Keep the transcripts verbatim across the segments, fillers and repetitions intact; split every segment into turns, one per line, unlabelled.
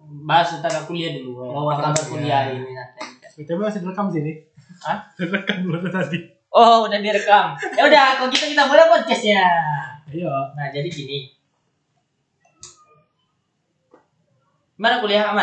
bahas tentang kuliah dulu.
Oh,
apa kabar kuliah
ya.
ini?
Kita masih direkam sini.
Hah?
Direkam dulu tadi.
Oh, udah direkam. Ya udah, kalau gitu kita mulai podcastnya.
Ayo.
Nah, jadi gini. Gimana kuliah aman?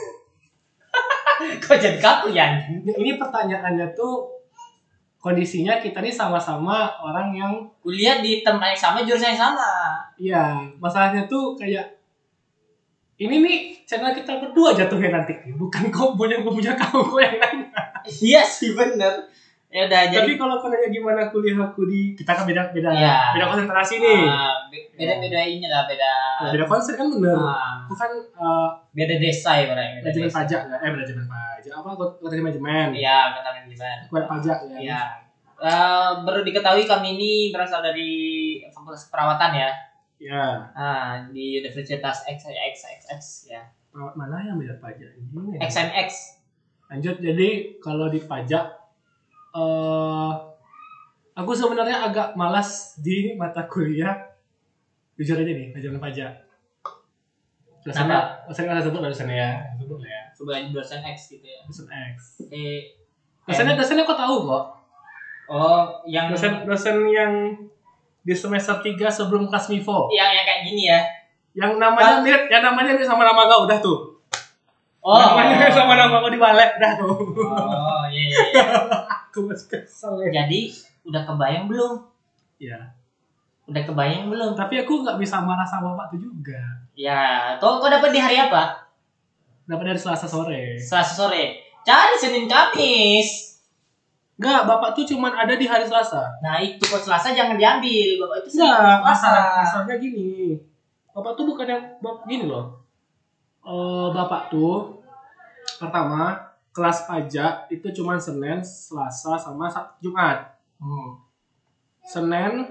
Kok jadi kaku ya?
Ini pertanyaannya tuh kondisinya kita nih sama-sama orang yang
Kuliah di tempat yang sama, jurusan yang sama.
iya, masalahnya tuh kayak ini nih channel kita berdua jatuhnya nanti, bukan kau punya punya kamu kau yang nanya.
Iya sih bener. Ya udah jadi.
Tapi kalau kau nanya gimana kuliah aku di kita kan beda beda
Iya.
beda konsentrasi nih.
Uh, beda beda ini lah beda.
Nah, beda konsen kan bener.
Uh,
Bukan uh,
beda desa ya barang.
manajemen pajak nggak? Eh manajemen pajak apa? Kota manajemen.
Iya kata manajemen.
Aku ada pajak ya.
Iya. Uh, baru diketahui kami ini berasal dari fakultas perawatan ya.
Iya.
Ah di Universitas X X X X ya.
Perawat mana yang beda pajak ini?
X M X.
Lanjut, jadi kalau di pajak, uh, aku sebenarnya agak malas di mata kuliah. Jujur aja nih, manajemen pajak. Dosennya, dosennya ada sebut lah dosennya ya, sebut lah ya.
Sebagai dosen X gitu ya.
Dosen X.
Eh,
Dosennya, dosennya kok tahu kok?
oh, yang
Dosen, dosen yang di semester tiga sebelum kelas Mivo.
yang yang kayak gini ya.
Yang namanya mirip, yang namanya mirip sama nama kau, udah tuh.
Oh,
namanya mirip sama nama kau di balik, udah tuh.
Oh, iya iya. iya.
Aku masih kesel ya.
Jadi udah kebayang belum?
Iya.
Udah kebayang belum?
Tapi aku nggak bisa marah sama bapak tuh juga.
Ya, kau kau dapat di hari apa?
Dapat dari Selasa sore.
Selasa sore. Cari Senin Kamis.
Enggak, bapak tuh cuman ada di hari Selasa.
Nah itu kok Selasa jangan diambil. Bapak itu Senin
Enggak,
Selasa.
masalah, masalahnya gini. Bapak tuh bukan yang bapak gini loh. Uh, bapak tuh pertama kelas pajak itu cuman Senin, Selasa sama Sabtu, Jumat.
Hmm.
Senin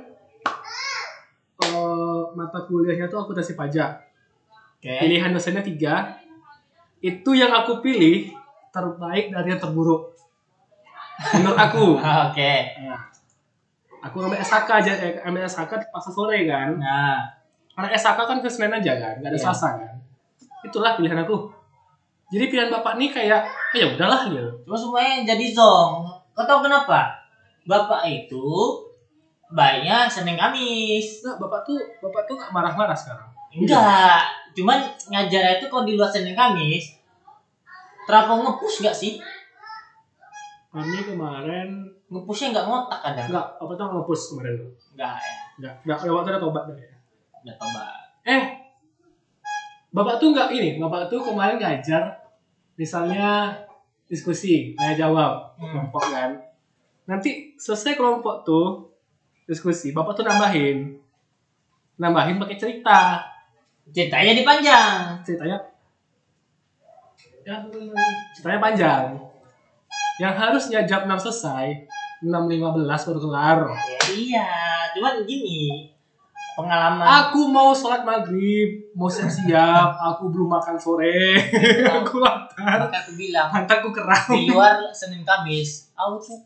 uh, mata kuliahnya tuh akuntansi pajak.
Okay.
Pilihan dosennya tiga. Itu yang aku pilih terbaik dari yang terburuk. Menurut aku.
Oke. Okay.
Nah, aku ambil S H K aja, eh, ambil S H K pas sore kan.
Nah,
Karena S H K kan ke Senin aja kan, nggak ada
Iya.
Selasa kan. Itulah pilihan aku. Jadi pilihan bapak nih kayak, ah, ya udahlah gitu.
cuma semuanya jadi zong. Kau tahu kenapa? Bapak itu baiknya Senin Kamis.
Nah, bapak tuh, bapak tuh nggak marah-marah sekarang.
Enggak, cuman ngajar itu kalau di luar Senin Kamis terapa ngepush gak sih?
Kami kemarin
Ngepushnya nggak ngotak kadang.
nggak apa tuh nge-push kemarin tuh.
Enggak ya,
Nggak, nggak. Bapak tuh udah tobat deh. Ya.
udah tobat.
Eh, bapak tuh nggak ini. Bapak tuh kemarin ngajar, misalnya diskusi, tanya jawab,
Hmm.
kelompok kan. Nanti selesai kelompok tuh diskusi, bapak tuh nambahin, nambahin pakai cerita.
Ceritanya dipanjang.
Ceritanya, ya, ceritanya panjang. Yang harusnya jam enam selesai, enam lima belas baru kelar.
Ya, iya, cuman gini pengalaman.
Aku mau sholat maghrib, mau siap-siap, aku belum makan sore, aku lapar,
Maka aku bilang
pantatku kram.
di luar Senin Kamis, aku tuh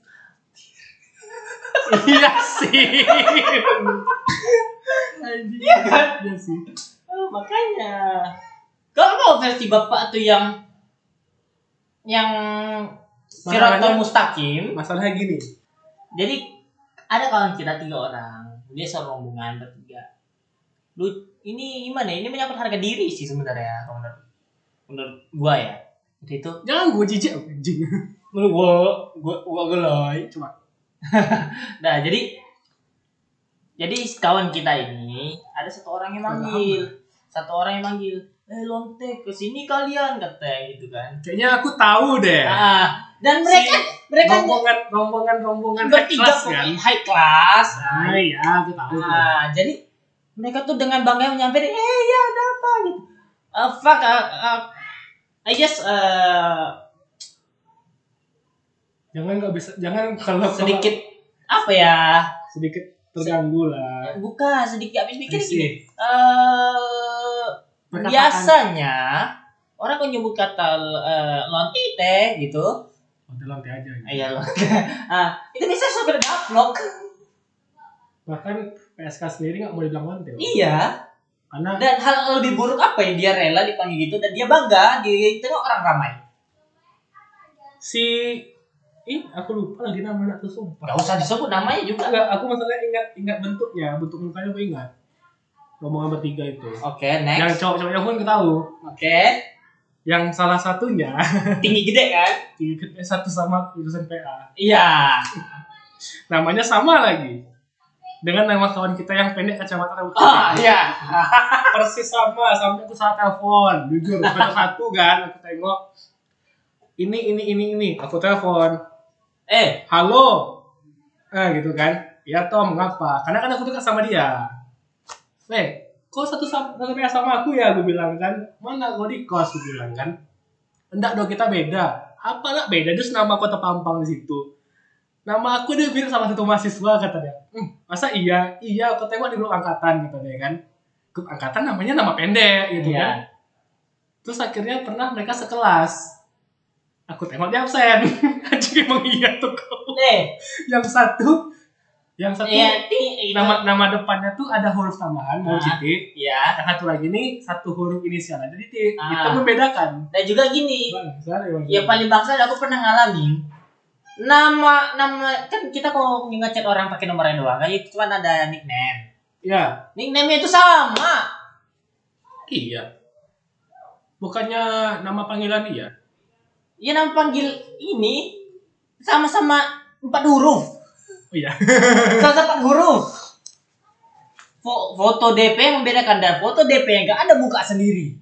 Iya sih.
iya kan?
Iya sih.
Oh, makanya kalau versi bapak tuh yang yang Siratul Mustaqim.
Masalahnya gini.
Jadi ada kawan kita tiga orang, dia serombongan bertiga. Lu ini gimana? Ini menyangkut harga diri sih sebenarnya, kalau menurut menurut gua ya. Jadi itu
Jangan gue jijik anjing.
menurut gua gua gua gelai
Cuma
nah, jadi jadi kawan kita ini ada satu orang yang manggil. Satu orang yang manggil, "Eh, lonte kesini kalian," katanya gitu kan.
kayaknya aku tahu deh.
Ah, dan mereka mereka
rombongan rombongan rombongan high
bertiga
class kan.
high class.
Nah, iya, aku tahu. tuh.
Nah, jadi mereka tuh dengan bangga menyampaikan, "Eh, ya ada apa?" gitu. Uh, fuck, uh, uh, I guess uh,
Jangan nggak bisa, jangan kalau
sedikit apa ya?
sedikit terganggu lah.
Bukan sedikit habis pikir
Risih.
gini. Uh,
Perkataan.
biasanya orang kan nyebut kata uh, lonti teh gitu.
Oh, dalam teh aja.
Iya loh. Ah, itu bisa sopir gaplok.
Bahkan P S K sendiri nggak mau dibilang lonte.
Iya.
Karena
Dan hal lebih buruk apa ya, dia rela dipanggil gitu dan dia bangga di tengok orang ramai.
si ih aku lupa lagi nama anak tuh sumpah.
Gak usah disebut namanya juga.
Enggak, aku masalahnya ingat ingat bentuknya, bentuk mukanya aku ingat. Rombongan bertiga itu.
Oke, next.
Yang cowok-cowoknya pun ketahu.
Oke.
Yang salah satunya
Tinggi gede kan?
ikut S satu sama jurusan P A.
Iya.
Namanya sama lagi. Dengan nama kawan kita yang pendek kacamata rambut.
Ah, iya.
Persis sama, sampai aku salah telepon. Jujur, satu-satu kan aku tengok. Ini ini ini ini, aku telepon.
Eh,
Halo. Eh gitu kan. Ya Tom, ngapa? Karena kan aku dekat sama dia. Weh, kok satu sama, satu P A sama aku ya, gue bilang kan. Mana gue di kos, gue bilang kan. Enggak dong, kita beda. Apa lah beda, terus nama aku terpampang di situ. Nama aku dia mirip sama satu mahasiswa, kata dia. Hmm, masa iya? Iya, aku tengok di grup angkatan, kata dia kan. Grup angkatan namanya nama pendek, gitu
iya.
kan. Terus akhirnya pernah mereka sekelas. Aku tengok dia absen. Anjing emang iya tuh kau.
Eh,
Yang satu, yang satu
iya, ti- itu.
nama nama depannya tuh ada huruf tambahan, huruf
Ah.
titik.
Iya.
Yang satu lagi nih satu huruf inisial aja titik.
Ah.
Itu membedakan.
Dan juga gini,
Bangsa, emang.
ya paling bangsa aku pernah ngalamin. Nama nama kan kita kalau ngechat orang pakai nomornya doang, kan itu cuma ada nickname.
Ya,
Nickname-nya itu sama.
iya. Bukannya nama panggilan dia?
Ya nama panggil ini sama-sama empat huruf.
Oh iya.
Sama-sama empat huruf. Fo- Foto D P yang membedakan, dan foto D P yang enggak ada muka sendiri.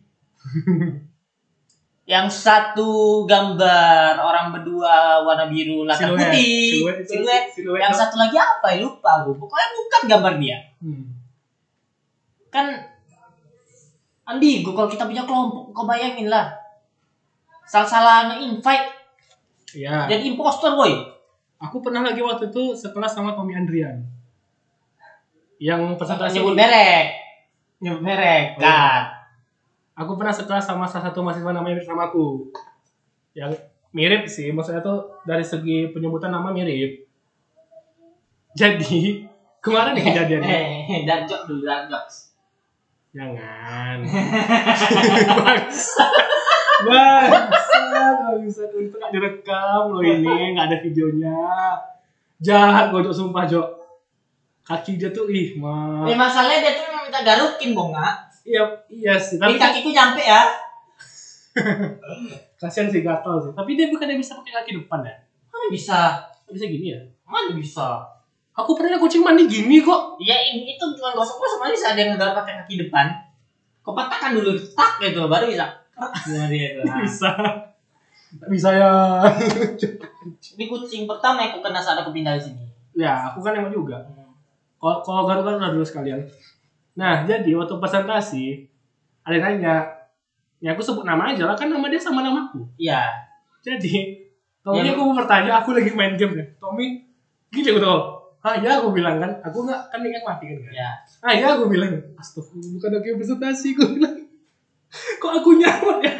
Yang satu gambar orang berdua warna biru latar
Siluet.
putih,
Siluet itu-
siluet.
siluet
Yang
itu-
satu lagi apa ya, lupa gue. Pokoknya bukan gambar dia.
Hmm.
Kan ambigu kalau kita punya kelompok, kau bayangin lah. Salah-salah nge-invite
Iya.
jadi impostor boy.
Aku pernah lagi waktu itu sekelas sama Tommy Andrian. Yang presentasi
Nyebut merek. Nyebut
Oh,
merek
iya.
kan.
Aku pernah sekelas sama salah satu mahasiswa namanya mirip sama aku. Yang mirip sih, maksudnya tuh dari segi penyebutan nama mirip. Jadi, kemarin nih kejadiannya.
Eh, dan jok dulu, dan jokes.
Jangan. Bangsa. Bangsa, bangsa. Untuk gak direkam loh ini, gak ada videonya. Jahat gue, Jok, sumpah, Jok. Kaki dia tuh, ih, mah.
Eh, masalahnya dia tuh memang minta garukin bonga.
Iya, iya sih.
Tapi
Tapi kan
kakiku nyampe ya.
kasihan sih, gatal sih. Tapi dia bukan yang bisa pakai kaki depan ya?
Mana bisa?
Bisa gini ya?
Mana bisa?
Aku pernah kucing mandi gini kok.
Ya ini itu cuma gosok-gosok aja, bisa ada yang ngegar pakai kaki depan. Kau patahkan dulu, tak gitu, baru bisa. Nah, dia itu. Nah.
Bisa. Gak bisa ya.
Ini kucing pertama yang aku kena saat aku pindah di sini.
Ya, aku kan emang juga. Kalau kalau Garut kan udah dulu sekalian. Nah, jadi waktu presentasi ada yang nanya, ya aku sebut nama aja lah, kan nama dia sama namaku.
Iya.
Jadi, Tommy
Ya,
aku mau bertanya, aku lagi main game kan. Tommy, gini aku tau. Ah ya aku bilang kan, aku nggak kan ingat mati kan.
Iya.
Ah ya aku bilang, astagfirullah bukan aku yang presentasi, aku bilang. Kok aku nyawa ya?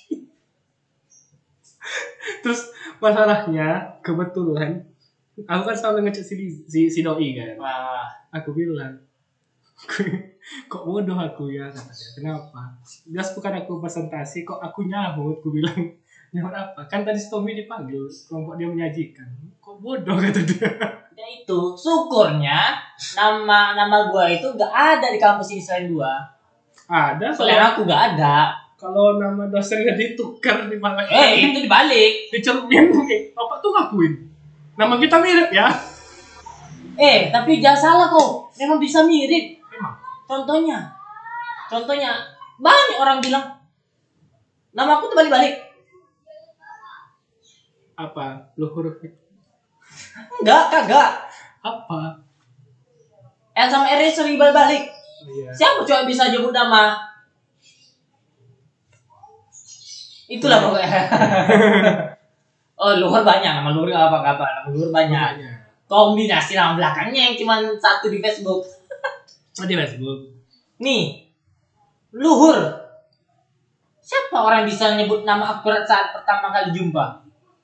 Terus masalahnya kebetulan aku kan selalu ngecek si, si, si doi kan.
Wah.
Aku bilang, kok bodoh aku ya, katanya. Kenapa? Jelas bukan aku presentasi, kok aku nyahut. Aku bilang, nyahut apa? Kan tadi si Tommy dipanggil, kelompok dia menyajikan. Kok bodoh, kata dia.
Ya itu, syukurnya nama nama gua itu gak ada di kampus ini selain gua.
Ada,
Selain
kalau,
aku gak ada.
kalau nama dosennya ditukar di mana
Eh, itu dibalik.
dicermin, eh, Bapak tuh ngakuin. Nama kita mirip ya.
Eh, tapi jangan salah kok. Memang bisa mirip.
Emang.
Contohnya. Contohnya, banyak orang bilang nama aku tuh balik-balik.
Apa? Lu huruf itu?
Enggak, kagak.
Apa?
L sama R sering balik-balik.
Oh, iya.
Siapa coba bisa nyebut nama? Itulah pokoknya. Oh, luhur banyak. Nama luhur gak apa-apa. Nama luhur banyak.
Banyak.
Kombinasi nama belakangnya yang cuma satu di Facebook.
Oh, di Facebook.
Nih, luhur. Siapa orang bisa nyebut nama akurat saat pertama kali jumpa?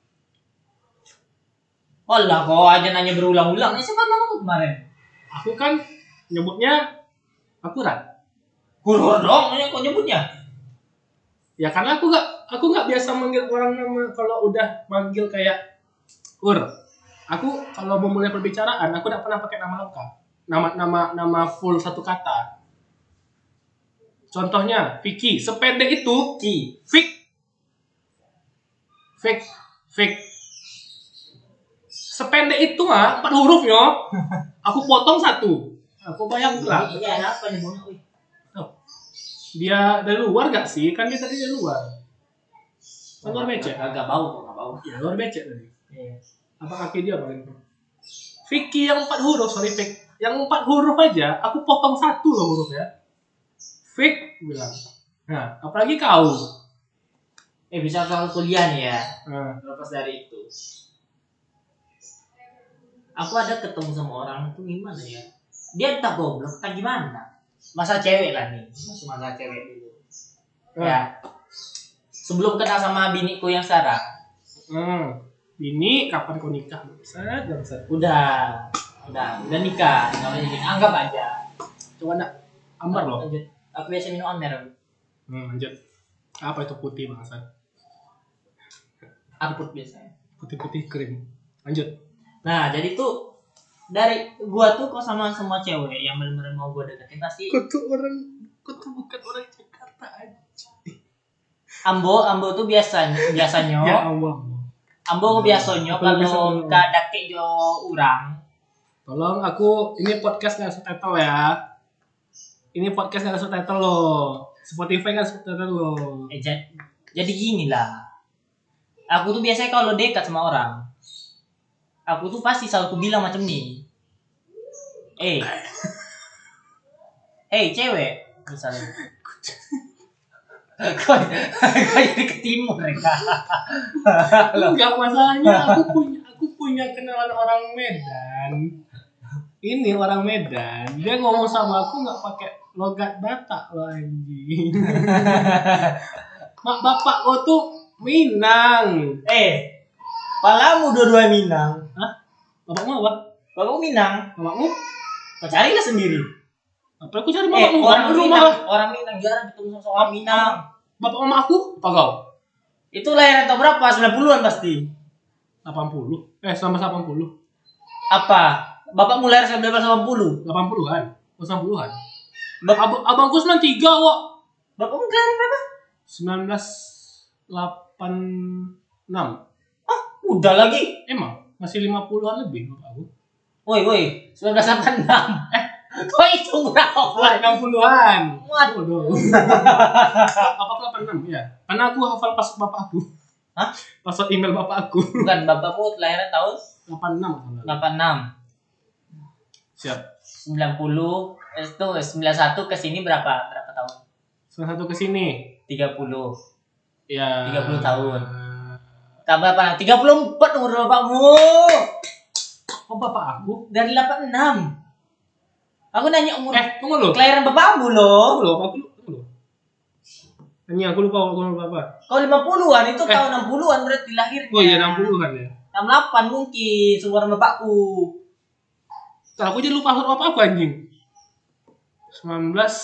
Walah, kau aja nanya berulang-ulang. Eh, siapa nama kemarin?
Aku kan nyebutnya akurat.
Huruf dong, ini kok nyebutnya.
Ya karena aku nggak aku nggak biasa manggil orang nama kalau udah manggil kayak Ur. Aku kalau memulai perbicaraan aku tidak pernah pakai nama lengkap. Nama nama nama full satu kata. Contohnya Vicky, sependek itu
Ki.
Fik. Fik. Fik. Sependek itu ah, empat huruf yo. Aku potong satu. Aku bayang lah.
Iya, apa nih bunga? Wih.
Dia dari luar gak sih? Kan dia tadi dari luar. Kan luar becek.
Agak bau kok, enggak bau.
Ya luar becek tadi.
Iya.
Apa kaki dia paling? Vicky yang empat huruf, sorry Fik. Yang empat huruf aja, aku potong satu loh hurufnya. Fik bilang. Nah, apalagi kau.
Eh bisa soal kuliah nih ya.
Nah,
Lepas dari itu. Aku ada ketemu sama orang tuh gimana ya? Dia entah goblok, entah gimana. Masa cewek lah nih, masih masa cewek dulu.
nah.
Ya. Sebelum kenal sama biniku yang sekarang,
Hmm. Ini kapan kau nikah? Bangsat, bangsat.
udah, udah, udah nikah, namanya nikah. Anggap aja.
Coba nak ambar loh.
Lanjut. Aku biasa minum amer.
Hmm, lanjut. Apa itu putih bangsat?
Amput biasanya.
Putih-putih krim. Lanjut.
Nah, jadi tuh dari gua tuh kok sama semua cewek yang benar-benar mau gua deketin pasti
Kau tuh orang, kau tuh bukan orang Jakarta aja.
Ambo, Ambo tuh biasanya biasanya
Ya Allah.
Ambo biasanya
Aku lebih
kalau
seneng.
gak dake jo urang.
Tolong aku, ini podcast nggak ada subtitle ya. Ini podcast nggak ada subtitle loh. Spotify nggak ada subtitle loh.
Eh, jadi, jadi gini lah. Aku tuh biasanya kalau dekat sama orang, aku tuh pasti selalu bilang macam nih. Eh, hey cewek, misalnya. Kok kok jadi ke timur ya?
Enggak, masalahnya aku punya aku punya kenalan orang Medan. Ini orang Medan, dia ngomong sama aku nggak pakai logat Batak loh anjing. Mak bapak kau tuh Minang.
Eh, palamu dua-dua Minang.
Hah? Bapakmu apa?
Bapakmu Minang.
Bapakmu?
Kau carilah sendiri.
Apa aku cari
Eh,
bapakmu?
orang
Bapakmu
Minang,
rumah.
orang Minang jarang ketemu sama orang Minang.
Bapak mama aku? Apa kau?
Itu lahiran tahun berapa? sembilan puluhan pasti.
delapan puluh. Eh, sama delapan puluh.
Apa? Bapak mulai seribu sembilan ratus delapan puluh.
delapan puluhan. Oh, sembilan puluhan.
Bap
Ab abangku sembilan puluh tiga kok.
Bapakmu kelahiran berapa?
seribu sembilan ratus delapan puluh enam.
Ah, udah lagi.
Emang masih lima puluhan lebih bapak aku.
Woi, woi, seribu sembilan ratus delapan puluh enam. Eh, kok itu berapa?
enam puluhan.
Waduh.
Waduh. Apa aku delapan puluh enam ya? Karena aku hafal password bapak aku.
Hah?
Password email bapak aku.
Bukan, bapakmu kelahiran tahun
delapan puluh enam.
delapan puluh enam.
Siap.
sembilan puluh itu sembilan puluh satu ke sini berapa? Berapa tahun?
Salah satu ke sini.
tiga puluh.
Ya.
tiga puluh tahun. Tambah apa? tiga puluh empat umur bapakmu.
Oh, bapak aku?
Dari delapan puluh enam. Aku nanya umur
Eh, tunggu loh.
kelahiran bapakmu loh.
Tunggu loh, aku lupa. Tunggu loh. Ini aku lupa aku lupa apa.
Kau lima puluhan itu
Eh.
tahun enam puluhan berarti lahirnya.
Oh iya, enam puluhan ya.
enam puluh delapan mungkin seumuran bapakku.
Ntar aku jadi lupa password bapak aku anjing. sembilan belas.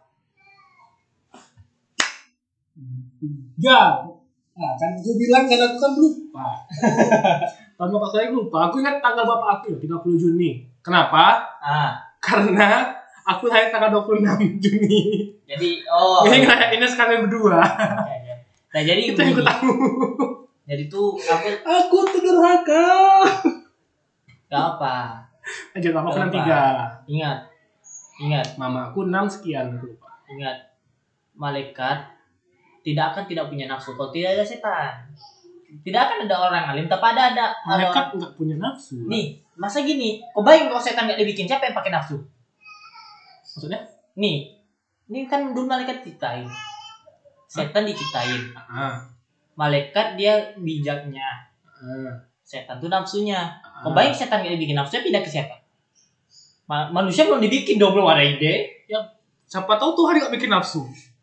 Ya. Nah, kan gue bilang kan aku kan lupa. Tahun bapak saya lupa. Aku ingat tanggal bapak aku ya, tiga puluh Juni. Kenapa?
Ah,
Karena aku lahir tanggal dua puluh enam Juni.
jadi oh.
Ini ngerayainnya sekali berdua.
Ya, ya. Nah, jadi
Itu yang aku tahu.
jadi tuh aku
Aku tuh durhaka.
gak apa.
Lanjut, bapak aku
Gak
enam
apa.
tiga.
Ingat. Ingat,
Mama aku enam sekian. Aku lupa.
ingat. Malaikat tidak akan tidak punya nafsu kalau tidak ada setan. Tidak akan ada orang alim, tapi ada ada ada
Malaikat
orang-
nggak punya nafsu.
Nih, masa gini? Kau bayangin kalau setan gak dibikin, siapa yang pakai nafsu?
Maksudnya?
Nih, ini kan dulu malaikat diciptain. Setan diciptain.
Ah.
Malaikat dia bijaknya.
Ah.
Setan tuh nafsunya. Kau
Ah.
bayangin setan gak dibikin nafsunya pindah ke siapa? Ma- manusia belum dibikin dong, belum ada ide.
Ya, siapa tahu Tuhan nggak bikin nafsu.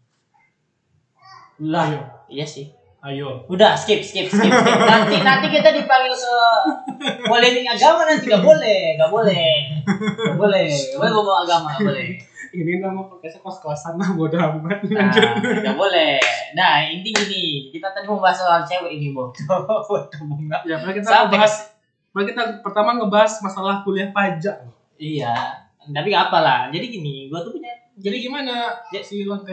Lah,
Ayo.
iya sih.
Ayo.
Udah skip skip skip, skip. nanti nanti kita dipanggil ke polemik agama nanti gak boleh gak boleh gak boleh gak boleh bawa agama gak boleh.
Ini nama podcastnya kos-kosan lah, bodo amat.
Nah, nggak boleh. Nah, inti gini, kita tadi mau bahas soal cewek ini, Bob. Bodoh bunga.
Ya, mari kita
Sampai
ngebahas, mari kita pertama ngebahas masalah kuliah pajak.
Iya, tapi nggak apa lah. Jadi gini, gua tuh punya.
Jadi gimana ya, si Lonte?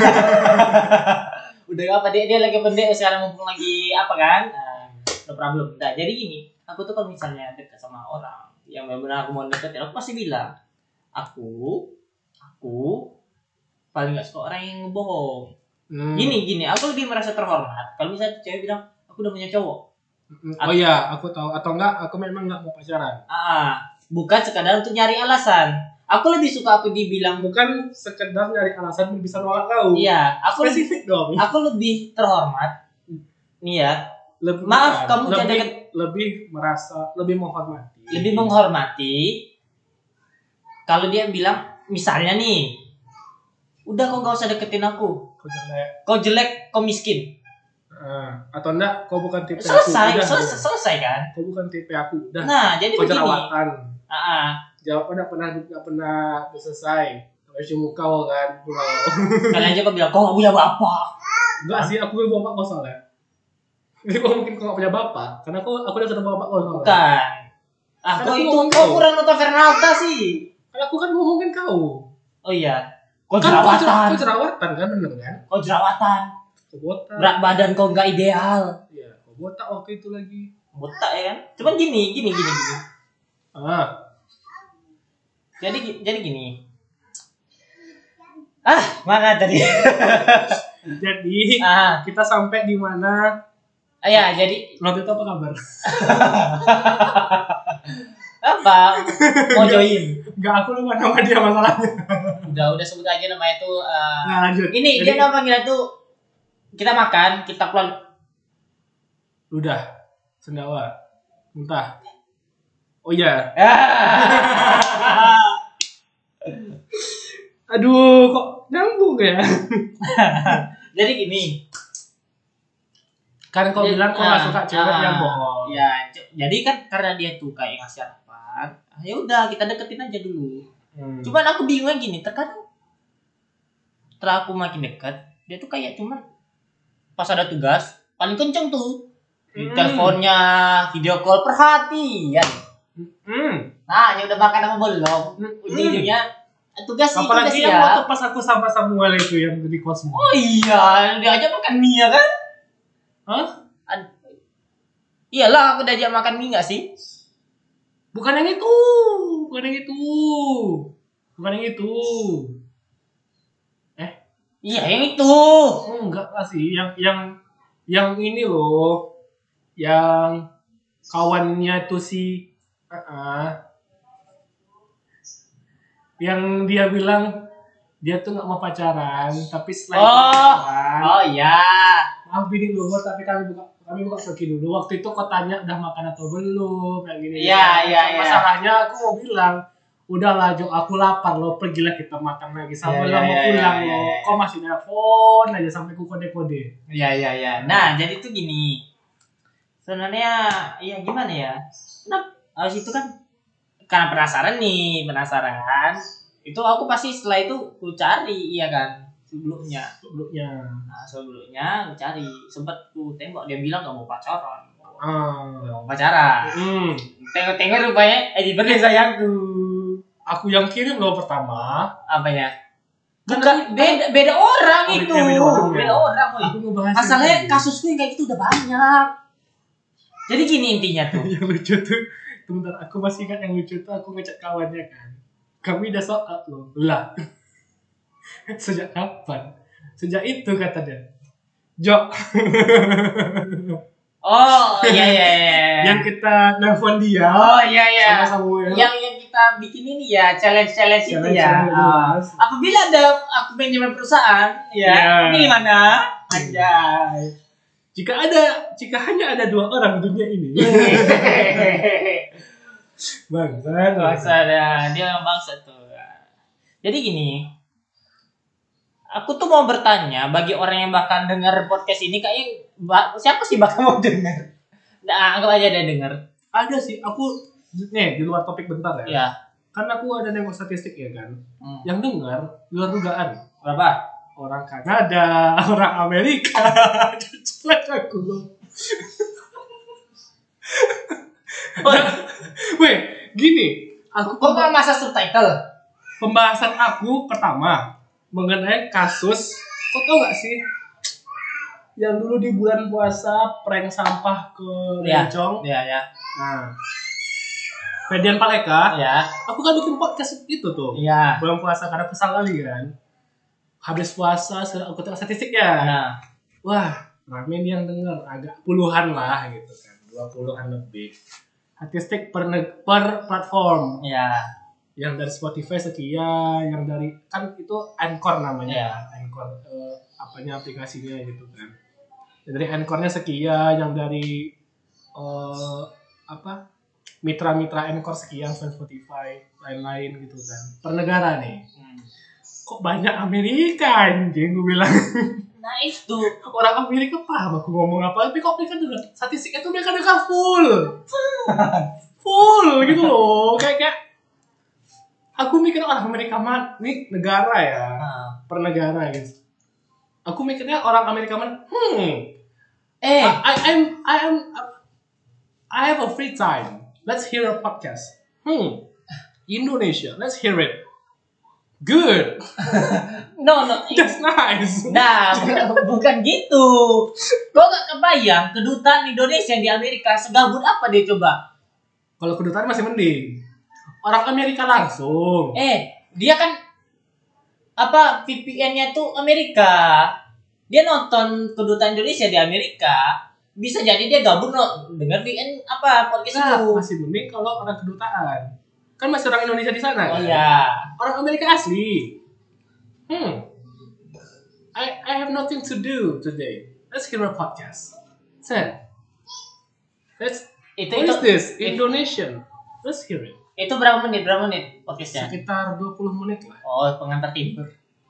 Udah apa dia dia lagi pendek sekarang mumpung lagi apa kan? Nah, no problem. Nah, jadi gini, aku tuh kalau misalnya dekat sama orang yang benar-benar aku mau deketin, aku pasti bilang, aku, aku paling nggak suka orang yang ngebohong. Hmm. Gini gini, aku lebih merasa terhormat kalau misalnya cewek bilang aku udah punya cowok.
Oh iya, aku tahu. Atau enggak, aku memang nggak mau pacaran.
Ah, bukan sekadar untuk nyari alasan. Aku lebih suka aku dibilang
bukan sekedar nyari alasan bisa nolak kau.
Iya, aku
spesifik
lebih,
dong.
Aku lebih terhormat. Nih ya.
Lebih,
maaf,
bukan.
kamu
lebih,
deket,
lebih merasa, lebih menghormati.
Lebih menghormati. Kalau dia bilang, misalnya nih, udah kau gak usah deketin aku.
Kau jelek.
Kau jelek, kau miskin.
Uh, atau enggak, kau bukan tipe
selesai,
aku. Udah,
selesai, udah. selesai kan?
Kau bukan tipe aku. Udah.
Nah, jadi
kau
begini.
jerawatan.
Uh-uh.
Jawabannya pernah nggak pernah selesai. Kalau cuma kau kan, pulau.
Kalian aja kau bilang kau nggak punya bapak.
Enggak sih, aku punya bapak kau soalnya. Jadi kau mungkin kau nggak punya bapak, karena aku aku udah ketemu bapak kau soalnya.
Bukan. Ah, kau itu kau kurang nonton Fernalta sih.
Karena aku kan ngomongin kau.
Oh iya. Kau
kan
jerawatan.
Kau jerawatan kan, bener kan?
Kau jerawatan.
Kau botak.
Berat badan kau nggak ideal.
Iya, kau botak waktu itu lagi.
Botak ya kan? Cuman gini, gini, gini, gini.
Ah.
Jadi jadi gini. Ah, mana tadi?
Jadi
ah.
kita sampai di mana?
Ah, ya, jadi
Lo itu apa kabar?
Apa? Mau join?
Enggak, aku lupa nama dia masalahnya.
Udah, udah sebut aja namanya tuh uh,
nah, lanjut.
Ini jadi, dia nama panggilan tuh kita makan, kita pulang.
Udah. Sendawa. Muntah. Oh iya. Aduh, kok nyambung ya?
Jadi gini.
Kan kau bilang kau nggak suka cewek uh, yang bohong.
Ya, jadi kan karena dia tuh kayak ngasih harapan. Ya udah, kita deketin aja dulu. Hmm. Cuman aku bingungnya gini, terkadang setelah aku makin dekat, dia tuh kayak cuman pas ada tugas paling kenceng tuh. Di hmm. teleponnya, video call perhatian. Hmm. Nah, ya udah makan apa belum? Ujung-ujungnya tugas sih.
Apalagi yang waktu pas aku sama Samuel itu yang di Cosmo.
Oh iya, dia aja makan mie kan?
Hah?
Ad- Iyalah, aku diajak makan mie gak sih?
Bukan yang itu, bukan yang itu, bukan yang itu. Eh?
Iya, yang itu.
Oh, enggak lah sih, yang yang yang ini loh, yang kawannya tuh si, uh-uh. yang dia bilang dia tuh nggak mau pacaran, tapi setelah
oh,
pacaran.
Oh iya.
Maaf bini luhur, tapi kami buka kami buka Shopee dulu. Waktu itu kau tanya udah makan atau belum, kayak gini.
Iya iya iya.
Masalahnya aku mau bilang, udahlah Jo, aku lapar lo, pergilah kita makan lagi. Sampai
ya,
lo mau
ya,
pulang
ya,
lo,
ya, ya.
kau masih nelfon aja sampai ku kode-kode.
Iya iya iya. Nah jadi tuh gini, sebenarnya ya gimana ya? Nah habis itu kan karena penasaran nih, penasaran. Itu aku pasti setelah itu ku cari, iya kan? Sebelumnya,
sebelumnya,
nah sebelumnya aku cari, sempet ku tembak, dia bilang gak mau pacaran,
hmm.
gak mau pacaran, hmm. tengok-tengok rupanya, eh diberi sayangku,
aku yang kirim lo pertama,
apanya? Bukan, beda beda orang oh, itu, beda orang, beda orang
ya.
Masalahnya kasusku yang kayak gitu udah banyak, jadi gini intinya tuh.
Yang lucu tuh, sebentar aku masih ingat yang lucu tuh aku ngecek kawannya kan, kami udah soal lo, lah. Sejak kapan? Sejak itu kata dia. Jo.
Oh iya iya iya.
Yang kita nelfon dia.
Oh iya iya.
Sama-sama
yang yang kita bikin ini ya challenge challenge, challenge itu ya. Uh, apabila ada aku manajemen perusahaan, ya yeah. Pilih mana? Anjay.
Jika ada, jika hanya ada dua orang di dunia ini. Bangsa,
bangsa dah. Dia memang bangsa tuh. Jadi gini. Aku tuh mau bertanya bagi orang yang bakal dengar podcast ini, kayak siapa sih bakal mau dengar? Nah, anggap aja dia dengar.
Ada sih, aku nih di luar topik bentar ya.
Ya.
kan aku ada nengok statistik ya kan.
Hmm.
Yang dengar luar dugaan.
Berapa?
Orang Kanada, orang Amerika. Jelek aku. Weh, gini. Aku
Kok nggak masa subtitle?
Pembahasan aku pertama mengenai kasus, kok tau gak sih yang dulu di bulan puasa prank sampah ke Rencong?
Iya, ya.
Nah, Fedian Paleka,
Ya.
aku kan bikin podcast itu tuh.
Iya.
Bulan puasa karena kesal kali kan. Habis puasa, aku tengok statistiknya.
Nah,
Wah, rame nih yang denger, agak puluhan lah gitu kan, dua puluhan lebih. Statistik per, per platform.
ya.
Yang dari Spotify sekian, yang dari kan itu Anchor namanya,
Iya.
Anchor eh, apanya aplikasinya gitu kan. Yang dari Anchornya sekian, yang dari eh, apa mitra-mitra Anchor sekian, Spotify, lain-lain gitu kan. Per negara nih.
Hmm.
Kok banyak Amerika anjing gue bilang.
Nah itu.
Orang Amerika paham aku ngomong apa, tapi kok mereka dengar statistiknya tuh mereka dengar full. Full gitu loh. Kayak kayak aku mikir orang Amerika man, nih negara ya,
Nah.
per negara gitu. Aku mikirnya orang Amerika man, hmm,
Eh,
I, I am, I am, I have a free time. Let's hear a podcast. Hmm, Indonesia, let's hear it. Good,
no no.
that's nice.
Nah, bukan, bukan gitu. Kok gak kebayang kedutaan Indonesia di Amerika segabut apa dia coba?
Kalau kedutaan masih mending. Orang Amerika langsung.
Eh, dia kan apa V P N-nya tuh Amerika. Dia nonton kedutaan Indonesia di Amerika. Bisa jadi dia gabung no, denger V P N apa podcast
Nah,
itu.
masih mending kalau orang kedutaan. Kan masih orang Indonesia di sana.
Oh
kan?
iya.
Orang Amerika asli. Hmm. I I have nothing to do today. Let's hear a podcast. Set. Let's.
Itu
What
itu
is this?
itu-
Indonesian. Let's hear it.
Itu berapa menit? Berapa menit podcastnya?
Sekitar dua puluh menit lah.
Oh, pengantar tidur.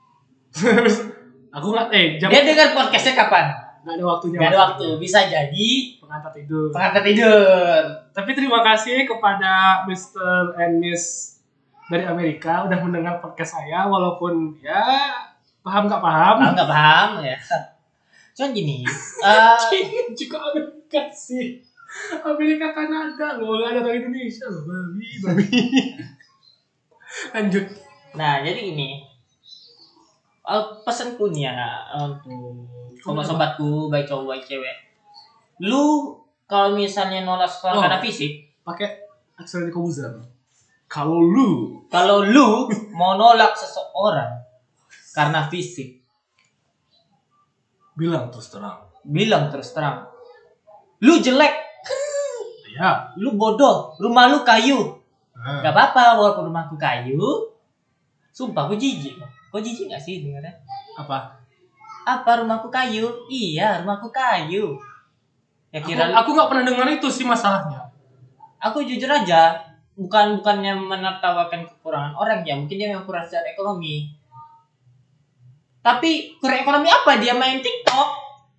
Aku nggak eh jam.
Dia dengar podcastnya kapan?
Nggak ada waktunya.
Gak ada waktu. Bisa jadi
Pengantar tidur.
pengantar tidur.
Tapi terima kasih kepada mister and Miss dari Amerika udah mendengar podcast saya walaupun ya paham nggak paham.
Paham nggak paham ya? Cuman gini. eh
Juga Amerika sih. Amerika Kanada loh, nggak ada orang Indonesia loh, babi babi. Lanjut.
nah, jadi gini. Eh, pesanku nih ya untuk sobat-sobatku baik cowok baik cewek. Lu kalau misalnya nolak seseorang
Oh.
karena fisik,
Pakai aksara Kobuzer. Kalau lu
kalau lu mau nolak seseorang karena fisik,
bilang terus terang,
bilang terus terang. Lu jelek,
ya.
lu bodoh, rumah lu kayu.
Nah,
Gak apa-apa walaupun rumahku kayu. Sumpah aku jijik. Kok jijik gak sih dengarnya?
apa?
Apa rumahku kayu? Iya, rumahku kayu. Ya
Aku,
kira
aku nggak pernah dengar itu sih masalahnya.
aku jujur aja, bukan bukannya menertawakan kekurangan orang ya, mungkin dia memang kurang secara ekonomi. Tapi kurang ekonomi apa dia main TikTok?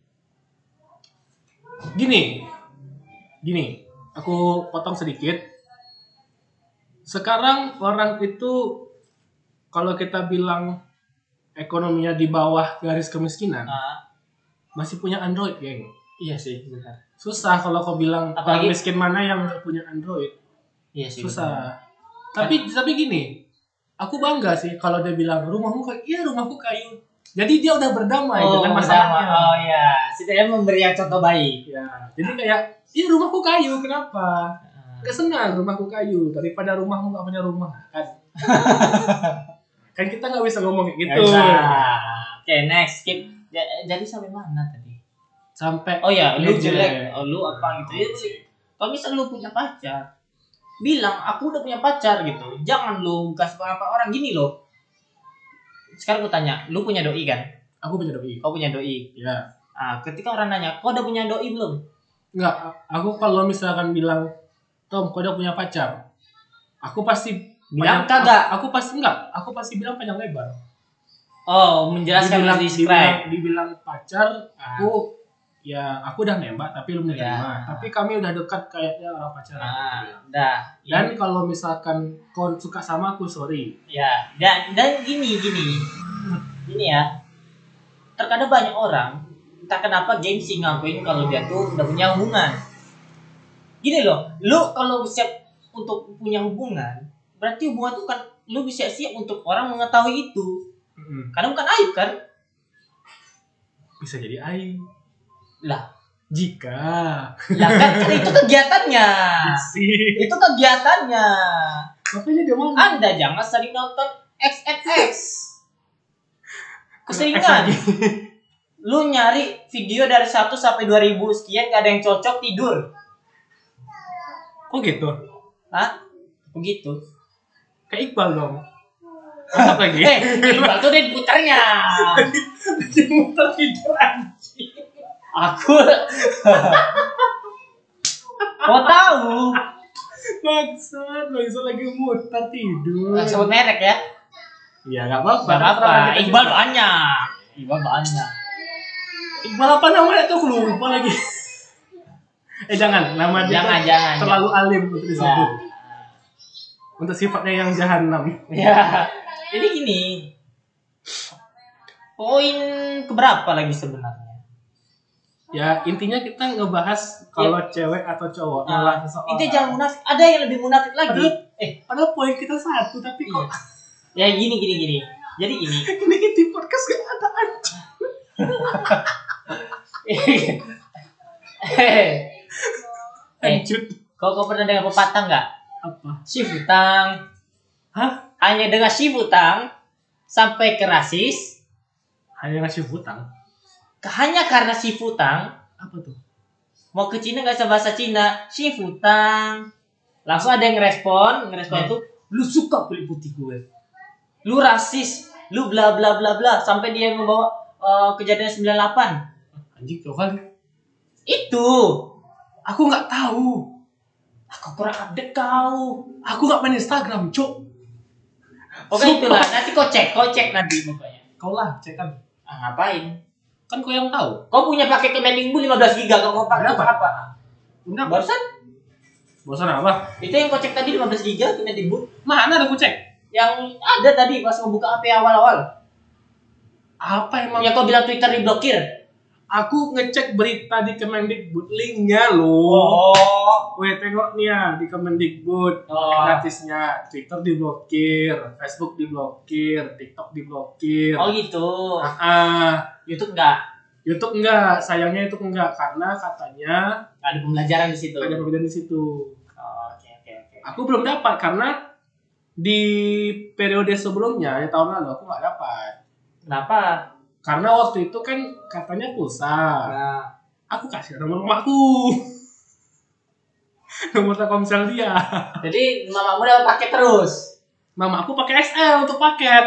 Gini, gini, aku potong sedikit. Sekarang orang itu kalau kita bilang ekonominya di bawah garis kemiskinan,
Nah,
masih punya Android, geng.
iya sih, benar.
Susah kalau kau bilang
Apalagi-
orang miskin mana yang nggak punya Android.
Iya sih.
Susah. Tapi tapi gini, aku bangga sih kalau dia bilang rumahmu kayu. Iya, rumahku kayu. Jadi dia udah berdamai
Oh,
dengan
masalahnya.
masalahnya.
Oh iya, setidaknya memberi yang contoh baik.
Ya, jadi kayak, iya rumahku kayu, kenapa?
Nah,
Gak senang rumahku kayu daripada rumahmu gak punya rumah kan? Kan kita nggak bisa ngomong kayak gitu.
Nah, oke, next skip. Ja- Jadi sampai mana tadi?
Sampai
Oh ya, lu
Legend.
jelek, oh, lu apa gitu. Ya, lu- kalau misal lu punya pacar, bilang aku udah punya pacar gitu. Jangan lu kasih apa orang gini loh. Sekarang gue tanya, lu punya doi kan?
aku punya doi.
Kau punya doi.
Ya.
Ah, ketika orang nanya, kau udah punya doi belum?
Enggak, aku kalau misalkan bilang, Tom, kau udah punya pacar? Aku pasti
Bilang
panjang-
kagak.
Aku, aku pasti enggak. Aku pasti bilang panjang lebar.
Oh, menjelaskan
dibilang,
describe.
dibilang, dibilang pacar, aku ya aku udah nembak tapi belum diterima.
Ya.
Tapi kami udah dekat kayaknya orang pacaran.
Nah, dah.
Dan kalau misalkan kau suka sama aku, sorry.
Ya, dan dan gini gini. Gini ya. Terkadang banyak orang entah kenapa gengsi ngakuin kalau dia tuh udah punya hubungan. Gini loh, lu kalau siap untuk punya hubungan, berarti hubungan tuh kan lu bisa siap untuk orang mengetahui itu.
Mm-mm.
Karena bukan aib kan?
Bisa jadi aib.
Lah,
Jika
lah kan, kan itu kegiatannya.
sih.
Itu kegiatannya.
Makanya dia mau
Anda jangan sering nonton X N X. Keseringan. Lu nyari video dari satu sampai dua ribu sekian gak ada yang cocok tidur.
kok gitu?
Hah? Begitu.
Kayak Iqbal dong. Mantap lagi.
Eh, Iqbal tuh dia putarnya.
Dia muter tidur anjing.
Aku mau tahu.
Bangsat, bangsat lagi muter tidur.
Nggak sebut merek ya.
Iya, enggak apa-apa.
Gak apa-apa.
Kita
Iqbal
juga.
banyak. Iqbal banyak.
Iqbal apa namanya tuh? Aku lupa lagi. Eh jangan, nama dia
Jangan,
tuh
jangan,
terlalu alim untuk disebut.
Ya.
Untuk sifatnya yang jahanam.
Ya. Jadi gini. Poin keberapa lagi sebenarnya?
Ya intinya kita ngebahas kalau cewek atau cowok
Nah,
malah seseorang.
Intinya jangan munafik. Ada yang lebih munafik lagi.
Padahal-
Eh,
Padahal poin kita satu tapi kok
ya gini gini gini. Jadi gini.
ini di podcast gak ada anjing.
Eh, eh,
Lanjut.
kau kau pernah dengar pepatah nggak?
Apa?
Si Futang.
Hah?
Hanya dengan si Futang sampai ke rasis.
Hanya ngasih hutang.
Hanya karena si Futang
Apa tuh?
mau ke Cina nggak bisa bahasa Cina. Si Futang. Langsung ada yang ngerespon, ngerespon itu, lu suka kulit putih gue, lu rasis, lu bla bla bla bla, sampai dia membawa uh, kejadian sembilan puluh delapan.
Anjing tuh kan.
Itu.
Aku nggak tahu.
Aku kurang update kau.
Aku nggak main Instagram, cok.
Oke itulah, nanti kau cek, kau cek nanti pokoknya.
Kau lah, cek kan.
Ah, ngapain?
Kan kau yang tahu.
Kau punya paket Kemendikbud lima belas giga, kau mau pakai
Berapa?
apa?
Udah,
Barusan
bosan apa?
itu yang kau cek tadi lima belas giga Kemendikbud.
Mana ada aku cek?
Yang ada tadi pas ngebuka H P awal-awal.
Apa emang?
Yang kau bilang Twitter diblokir.
Aku ngecek berita di Kemendikbud, linknya loh.
Oh.
Weh, tengok nih ya di Kemendikbud.
Oh.
Gratisnya, Twitter diblokir, Facebook diblokir, TikTok diblokir.
Oh gitu.
Ah,
YouTube enggak?
YouTube enggak, sayangnya YouTube enggak karena katanya
Ada pembelajaran di situ.
ada perbedaan di situ.
Oh, oke oke oke.
Aku belum dapat karena di periode sebelumnya di tahun lalu aku nggak dapat.
Kenapa?
Karena waktu itu kan katanya pulsa.
Nah,
Aku kasih nomor rumahku. Nomor Telkomsel dia.
jadi mamamu dapat paket terus.
Mama aku pakai X L untuk paket.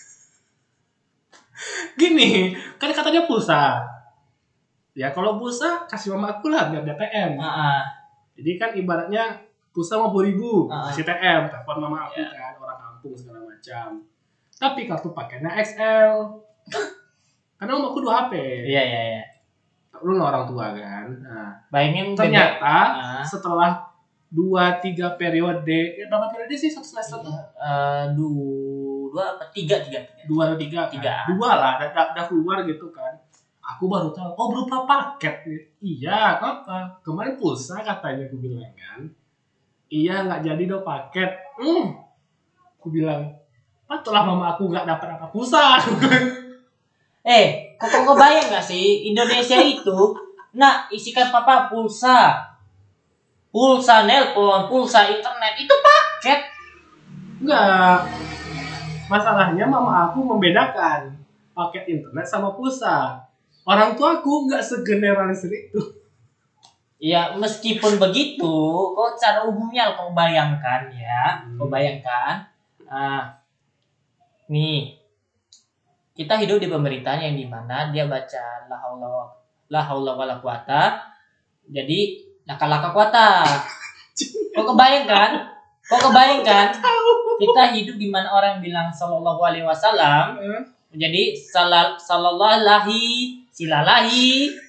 Gini, kan katanya pulsa. Ya kalau pulsa kasih mama aku lah biar D P M.
Heeh.
Jadi kan ibaratnya pulsa lima puluh ribu,
Ah.
kasih T M, telepon mama aku
Yeah.
kan, orang kampung segala macam. Tapi kartu pakainya X L. Karena mama aku dua H P.
Iya iya iya.
Lu orang tua kan. Nah,
Bayangin
ternyata
Ah.
setelah dua tiga periode, eh, berapa periode sih satu semester?
Eh, dua, dua apa? Tiga, tiga, tiga.
Dua atau tiga, kan?
Tiga.
Dua lah, udah, udah- udah keluar gitu kan. Aku baru tahu, oh berupa paket. Iya, apa? Kemarin pulsa katanya aku bilang kan. Iya, nggak jadi dong paket. Hmm, aku bilang, patutlah mama aku nggak dapat apa pulsa.
Eh, kok kok kebayang gak sih Indonesia itu nak isikan papa pulsa, pulsa nelpon, pulsa internet itu paket.
Enggak. Masalahnya mama aku membedakan paket internet sama pulsa. Orang tua aku nggak segeneralis itu.
Ya meskipun begitu, kok secara umumnya kau bayangkan ya,
Hmm.
kau bayangkan, ah, nih kita hidup di pemerintahan yang dimana dia baca la haula la haula wala quwata, jadi laka-laka kuata. Kau kebayangkan? Kau kebayangkan? Kita hidup di mana orang bilang sallallahu alaihi wasallam, jadi salal sallallahu alaihi silalahi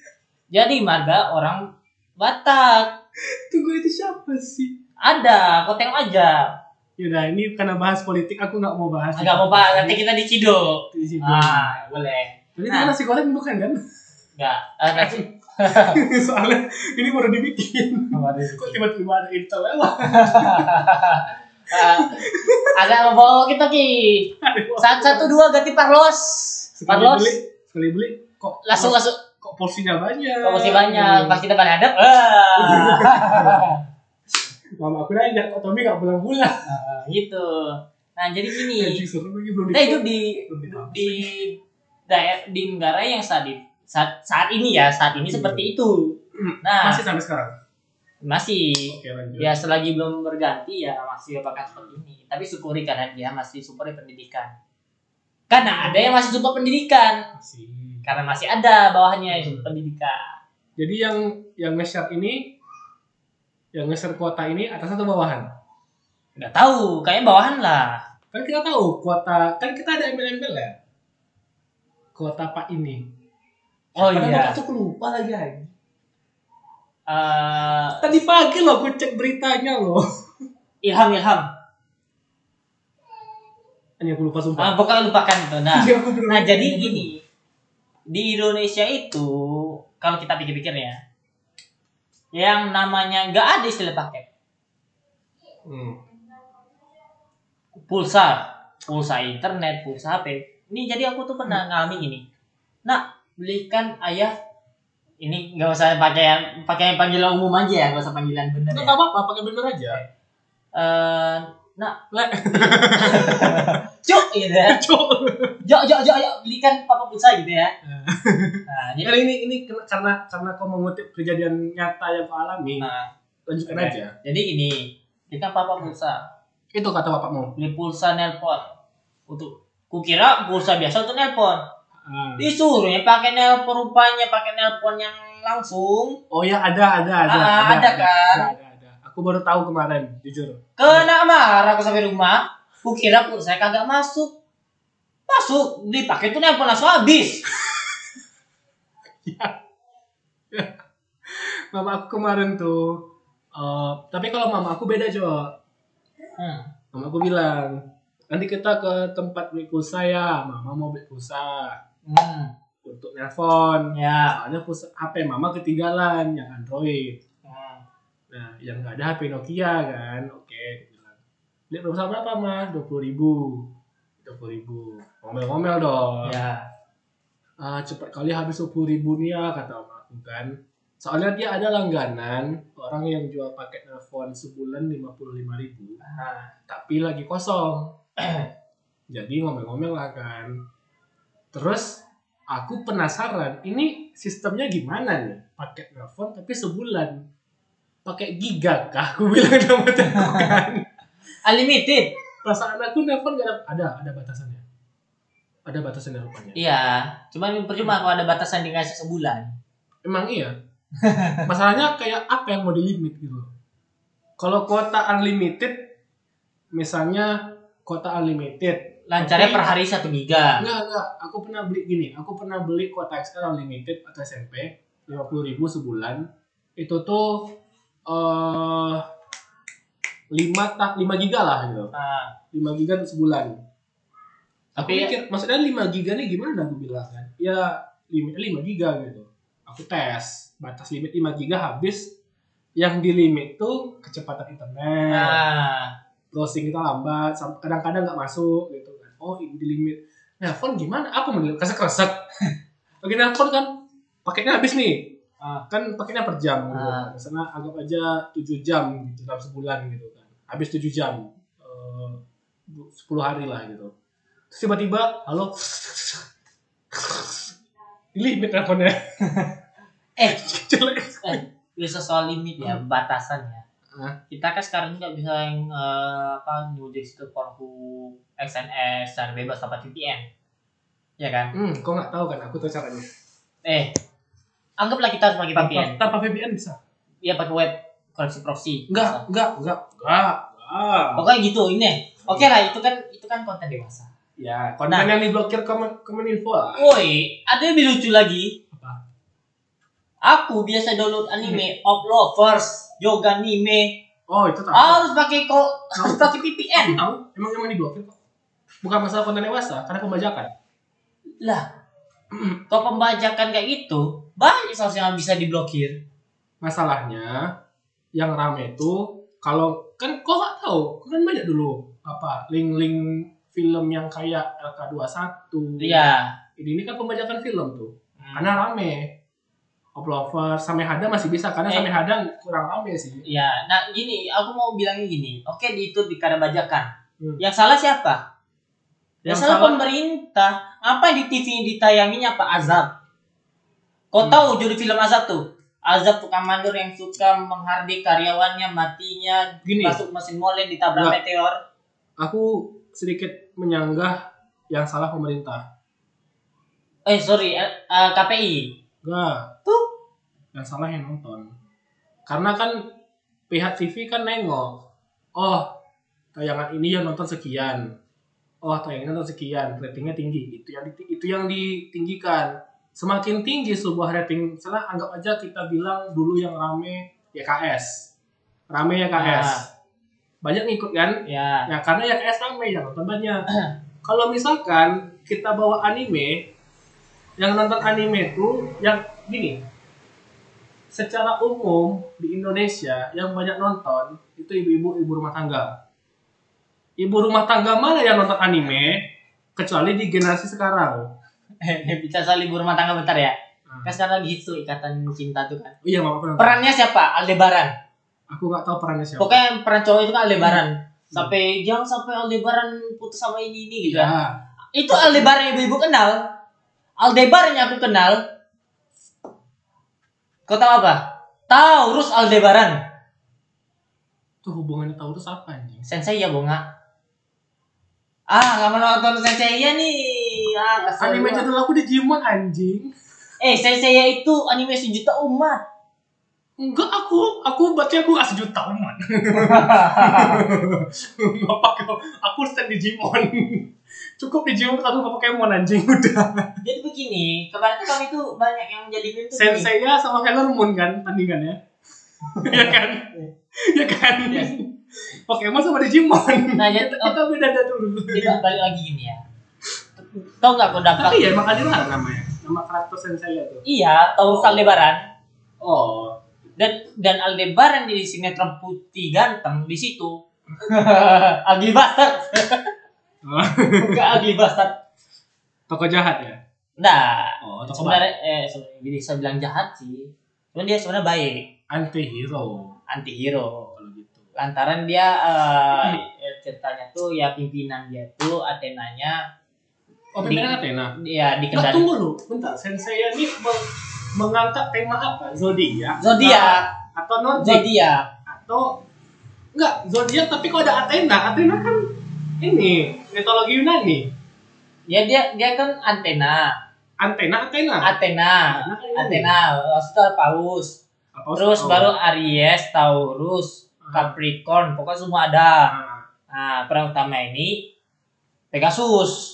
Jadi marga orang Batak.
Tunggu, itu siapa sih?
Ada, kau tengok aja.
Yaudah, ini karena bahas politik aku nggak mau bahas.
Enggak mau Pak, nanti kita di Cido.
Di situ.
Ah, boleh.
Jadi
Nah.
itu nasi goreng bukan kan?
Enggak, eh, nasi.
Soalnya ini baru dibikin. Kok tiba-tiba ada intel lewat?
Ah, agak membawa kita ki. Saat satu dua ganti parlos.
Sekali
Parlos.
beli, sekali beli kok
Langsung masuk.
kok porsinya banyak.
Kau masih banyak. Pas kita balik hadap. Ah.
Mama aku nanya, kok Tommy nggak pulang-pulang?
Nah, gitu. Nah, jadi gini.
Anjing, seru lagi belum
Kita hidup di
belum dibahas.
di daerah di negara yang saat ini saat, saat ini ya saat ini seperti itu. Nah,
Masih sampai sekarang.
masih
Oke, lanjut.
ya selagi belum berganti ya masih apakah seperti ini. Tapi syukuri karena dia masih support pendidikan. Karena ada yang masih support pendidikan.
Masih.
Karena masih ada bawahnya yang support pendidikan.
Jadi yang yang nge-share ini, yang nge-share kuota ini atas atau bawahan?
Nggak tahu, kayaknya bawahan lah.
Kan kita tahu kuota, kan kita ada embel-embel ya. Kuota Pak ini.
Oh
Padahal
iya.
Bapak tuh lupa lagi aja.
Eh,
Tadi pagi loh aku cek beritanya loh.
Ilham Ilham.
Ini aku lupa
Ah,
sumpah.
pokoknya lupakan itu. Nah,
Iya, aku bener-bener
nah jadi
lupa.
gini. Di Indonesia itu kalau kita pikir-pikir ya, yang namanya nggak ada istilah paket.
Hmm.
Pulsa, pulsa internet, pulsa H P. Ini jadi aku tuh pernah ngalamin gini. Nak, belikan ayah ini nggak usah pakai pakai panggilan umum aja ya, nggak usah panggilan bener
Nggak
ya.
apa-apa, pakai bener aja.
Eh, nak,
Lah,
cuk gitu ya.
cok.
Jok, jok, jok, ayo belikan papa pulsa gitu ya. Nah,
Jadi
jadi
ini ini karena karena kau mengutip kejadian nyata yang kau alami,
nah,
lanjutkan
oke.
aja.
Jadi gini, belikan papa pulsa.
Itu kata bapakmu.
Beli pulsa nelpon. Untuk kukira pulsa biasa untuk nelpon.
Ah.
Disuruhnya pakai nelpon rupanya, pakai nelpon yang langsung.
Oh ya, ada ada ada.
Ah, ada kan?
Ada, ada, ada. Aku baru tahu kemarin, jujur.
Kena marah aku sampai rumah. Kukira pulsa kagak masuk. Masuk, dipakai tuh nelpon langsung habis.
Mama aku kemarin tuh. eh, tapi kalau mama aku beda, Jo.
Hmm.
Mama aku bilang, nanti kita ke tempat beli pulsa ya. Mama mau beli pulsa
Hmm.
untuk nelpon.
Ya.
Soalnya pulsa H P mama ketinggalan yang Android.
Hmm.
Nah, yang nggak ada H P Nokia kan. Oke, aku bilang. Beli pulsa berapa, Mah? dua puluh ribu. dua puluh ribu. Ngomel-ngomel dong.
Ya.
Ah, cepat kali habis dua puluh ribu nih ya, kata mama aku kan. Soalnya dia ada langganan orang yang jual paket telepon sebulan lima puluh lima ribu,
Nah.
tapi lagi kosong. Jadi ngomel-ngomel lah kan. Terus aku penasaran, ini sistemnya gimana nih? Paket telepon tapi sebulan. Pakai giga kah? Aku bilang sama temanku kan.
Unlimited.
Perasaan aku telepon gak ada, ada, ada batasannya. Ada batasannya rupanya.
Iya. Cuman percuma kalau ada batasan dikasih sebulan.
Emang iya. Masalahnya kayak apa yang mau dilimit gitu. Kalau kuota unlimited, misalnya kuota unlimited,
Lancarnya
tapi-
per hari satu giga.
Enggak, enggak. Aku pernah beli gini. Aku pernah beli kuota X L unlimited atau S M P lima puluh ribu sebulan. Itu tuh eh lima tak lima giga lah gitu.
Nah,
lima giga sebulan. Aku
Tapi-
mikir, maksudnya lima giga nih gimana aku bilang kan? Ya limitnya lima giga gitu. Aku tes, batas limit lima giga habis. Yang di limit tuh kecepatan internet.
nah,
Browsing kita lambat, sam- kadang-kadang nggak masuk gitu kan. Oh ini di limit. Nelfon gimana? Apa mau kesek-kesek? Lagi nelfon kan, paketnya habis nih.
Ah.
Kan paketnya per jam. Gitu.
Ah.
Misalnya anggap aja tujuh jam gitu dalam sebulan gitu kan. Habis tujuh jam. Eh, sepuluh hari lah gitu. Terus tiba-tiba, halo. Ini limit nelfonnya.
eh,
Jelek.
eh, bisa soal limit ya, batasan ya.
Hah?
Kita kan sekarang nggak bisa yang eh, apa nyudik situ porhu S N S secara bebas tanpa V P N, ya kan?
Hmm, kok nggak tahu kan? Aku tahu caranya.
Eh, anggaplah kita harus pakai V P N.
Tanpa, tanpa V P N bisa.
Iya pakai web koneksi proxy.
Enggak, enggak, enggak, enggak, enggak.
Pokoknya gitu ini. Oke lah, itu kan itu kan konten dewasa.
Ya, konten
Nah.
yang diblokir komen Kominfo lah.
Woi, ada yang lebih lucu lagi.
Apa?
Aku biasa download anime of lovers, yoga anime.
Oh itu tahu.
Harus pakai kok, harus pakai V P N.
Tahu? Emang emang diblokir kok. Bukan masalah konten dewasa, karena pembajakan.
Lah, kok pembajakan kayak gitu, banyak seharusnya yang bisa diblokir.
Masalahnya yang rame itu kalau kan kok nggak tahu, kan banyak dulu apa link-link film yang kayak L K dua puluh satu.
Iya.
Ini ini kan pembajakan film tuh.
Hmm.
Karena rame. Uplover sampai Hada masih bisa karena
Eh.
sampai Hada kurang rame sih.
Iya, nah gini, aku mau bilangnya gini. Oke, di itu di karena bajakan.
Hmm.
Yang salah siapa? Yang,
Yang
salah,
salah-
pemerintah. Apa di T V ditayanginya apa Azab? Kau
Hmm.
tahu judul film Azab tuh? Azab tukang mandor yang suka menghardik karyawannya, matinya
Gini.
masuk mesin molen ditabrak
Enggak.
meteor.
Aku sedikit menyanggah yang salah pemerintah.
Eh sorry, eh, eh, K P I.
Enggak.
Tuh.
Yang salah yang nonton. Karena kan pihak T V kan nengok. Oh, tayangan ini yang nonton sekian. Oh, tayangan nonton sekian, ratingnya tinggi. Itu yang diti- itu yang ditinggikan. Semakin tinggi sebuah rating, salah anggap aja kita bilang dulu yang rame Y K S. Rame Y K S.
Ah.
Banyak ngikut kan?
Ya.
Ya karena Y K S rame, yang nonton banyak. Kalau misalkan kita bawa anime, yang nonton anime itu yang gini. Secara umum di Indonesia yang banyak nonton itu ibu-ibu ibu rumah tangga. Ibu rumah tangga mana yang nonton anime kecuali di generasi sekarang.
Bisa saling ibu rumah tangga bentar ya.
Hmm.
Kan sekarang lagi itu ikatan cinta tuh kan.
Oh iya, mama aku nonton.
Perannya siapa? Aldebaran.
Aku nggak tahu perannya siapa.
Pokoknya peran cowok itu kan Aldebaran. Sampai jangan sampai Aldebaran putus sama ini ini gitu.
Ya.
Kan. Itu Aldebaran yang ibu-ibu kenal. Aldebaran yang aku kenal. Kau tahu apa? Taurus Aldebaran.
Tuh hubungannya Taurus apa anjing?
Sensei ya bonga. Ah, nggak mau nonton Sensei ya nih. Ah, kesel
Anime
gua.
jadul aku Digimon anjing.
Eh, Sensei ya itu anime sejuta umat.
Enggak, aku aku berarti aku gak sejuta umat. Gak pakai, aku stand Digimon. Cukup Digimon satu sama Pokemon anjing udah.
Jadi begini, kemarin tuh kami tuh banyak yang jadi meme tuh gini.
Sensei-nya sama Sailor Moon kan tandingannya. Ya kan? Ya kan?
Yes.
Pokemon sama Digimon.
Nah, jadi-
kita, kita beda dulu.
Kita balik lagi gini ya. Tahu nggak kau dampak?
Tapi ya emang Aldebaran namanya. Nama karakter Sensei itu.
Iya, Taurus Aldebaran.
Oh.
Dan dan Aldebaran jadi sinetron putih ganteng di situ. Ugly bastard. Bukan ugly bastard.
Toko jahat ya?
Nah,
Oh, toko
sebenarnya eh sebenarnya bisa bilang jahat sih. Cuman dia sebenarnya baik,
anti hero
anti hero.
kalau gitu.
Lantaran dia eh, ceritanya tuh ya pimpinan dia tuh Athenanya
Oh, pimpinan Athena.
ya
Nah,
dikendali
tunggu lu, bentar. Sensei ini meng- mengangkat tema apa? Zodiak?
zodiak,
Atau Nordic?
zodiak.
Atau enggak, zodiak tapi kok ada Athena? Athena kan ini mitologi Yunani.
Ya dia dia kan antena,
Antena Athena.
Athena,
Athena kan Yunani.
Athena, Aster Paus.
Apa-
Terus
oh.
baru Aries, Taurus,
Ah.
Capricorn, pokoknya semua ada.
Nah,
Nah, peran utama ini Pegasus.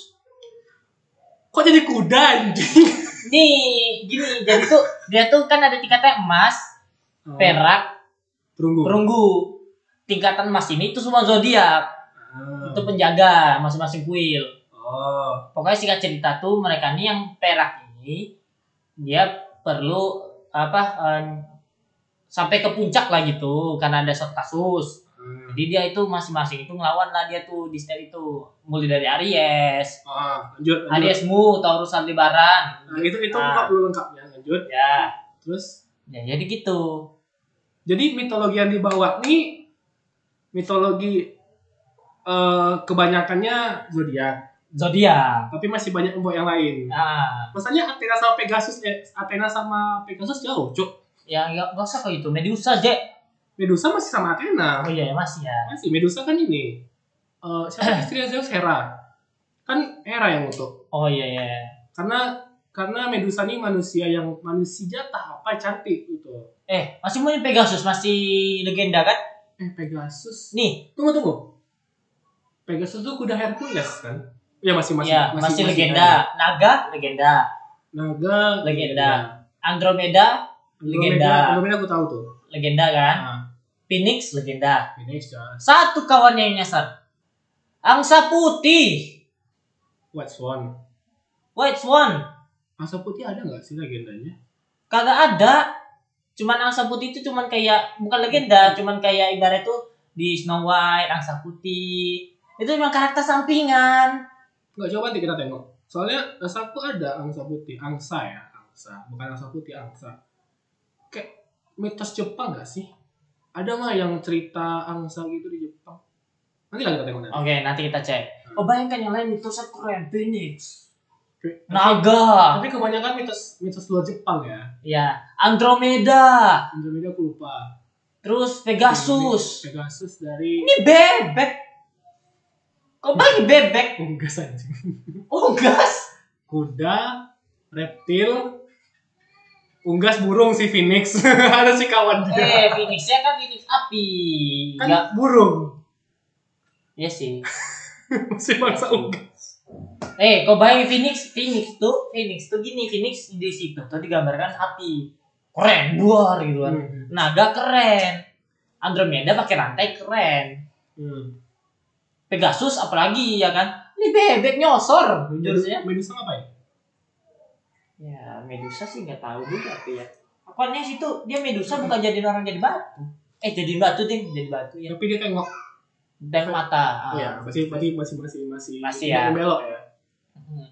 kok jadi kuda anjing?
Nih, gini, jadi tuh dia tuh kan ada tingkatan emas, perak,
Perunggu.
perunggu. Tingkatan emas ini itu semua zodiak.
Ah.
Itu penjaga masing-masing kuil.
Oh.
Pokoknya singkat cerita tuh mereka nih yang perak ini dia perlu apa em, sampai ke puncak lah gitu karena ada suatu kasus.
Hmm.
Jadi dia itu masing-masing itu ngelawan lah dia tuh di step itu. Mulai dari Aries,
Ah, lanjut, lanjut.
Ariesmu, Taurus Aldebaran.
Nah, itu itu
Ah.
lengkap dulu lengkapnya. Lanjut.
Ya,
Terus
ya jadi gitu.
jadi mitologi yang dibawa nih mitologi eh, kebanyakannya zodiak,
Zodiak.
tapi masih banyak membawa yang lain.
Nah,
Maksudnya Athena sama Pegasus, eh, Athena sama Pegasus jauh, cuk.
ya nggak nggak usah kayak itu. Medusa, Jack.
Medusa masih sama Athena.
Oh iya, masih ya.
Masih Medusa kan ini. Eh, siapa istrinya Zeus? Hera. Kan Hera yang untuk.
Oh iya iya.
Karena karena Medusa ini manusia yang manusia tak apa cantik gitu.
Eh, masih mau Pegasus, masih legenda kan?
Eh Pegasus.
Nih,
Tunggu tunggu. Pegasus tuh kuda Hercules kan? Ya masih masih
ya masih, legenda. Naga, legenda.
Naga
Legenda. Andromeda, legenda.
Andromeda aku tahu tuh.
Legenda kan?
Nah,
Phoenix legenda.
Phoenix ya.
Satu kawannya yang nyasar. Angsa putih.
White Swan.
White Swan.
Angsa putih ada nggak sih legendanya?
Kagak ada. Cuman angsa putih itu cuman kayak bukan legenda, cuman kayak ibarat tuh di Snow White, angsa putih. Itu memang karakter sampingan.
Nggak, coba nanti kita tengok. Soalnya rasaku ada angsa putih, angsa ya, angsa, bukan angsa putih, angsa. Kayak mitos Jepang nggak sih? Ada mah yang cerita angsa gitu di Jepang. Nanti lah kita tengok nanti.
Oke, nanti kita cek. Oh, bayangkan yang lain mitosnya keren, Phoenix.
Tapi,
Naga.
tapi kebanyakan mitos mitos luar Jepang ya.
Ya, Andromeda.
Andromeda aku lupa.
Terus Pegasus.
Pegasus dari
Ini bebek. Kok bagi bebek?
unggas anjing.
Unggas.
Kuda, reptil, unggas burung si Phoenix. Ada si kawan dia.
Eh, Phoenixnya kan Phoenix api.
Kan
Enggak.
burung.
Iya sih.
Masih bangsa unggas.
Eh, kau bayangin Phoenix, Phoenix tuh, Phoenix tuh gini, Phoenix di situ tuh digambarkan api. Keren, buar gitu kan.
Hmm.
Naga keren. Andromeda pakai rantai keren.
Hmm.
Pegasus apalagi ya kan? Ini bebek nyosor jurusnya.
Medusa ngapain?
Ya, Medusa sih nggak tahu juga tuh ya. Pokoknya situ dia Medusa bukan jadi orang jadi batu. Eh, jadi batu deh, jadi batu ya.
Tapi dia tengok.
Dan mata.
Oh ya, masih masih masih masih masih
Masih ya.
belok ya.
Hmm.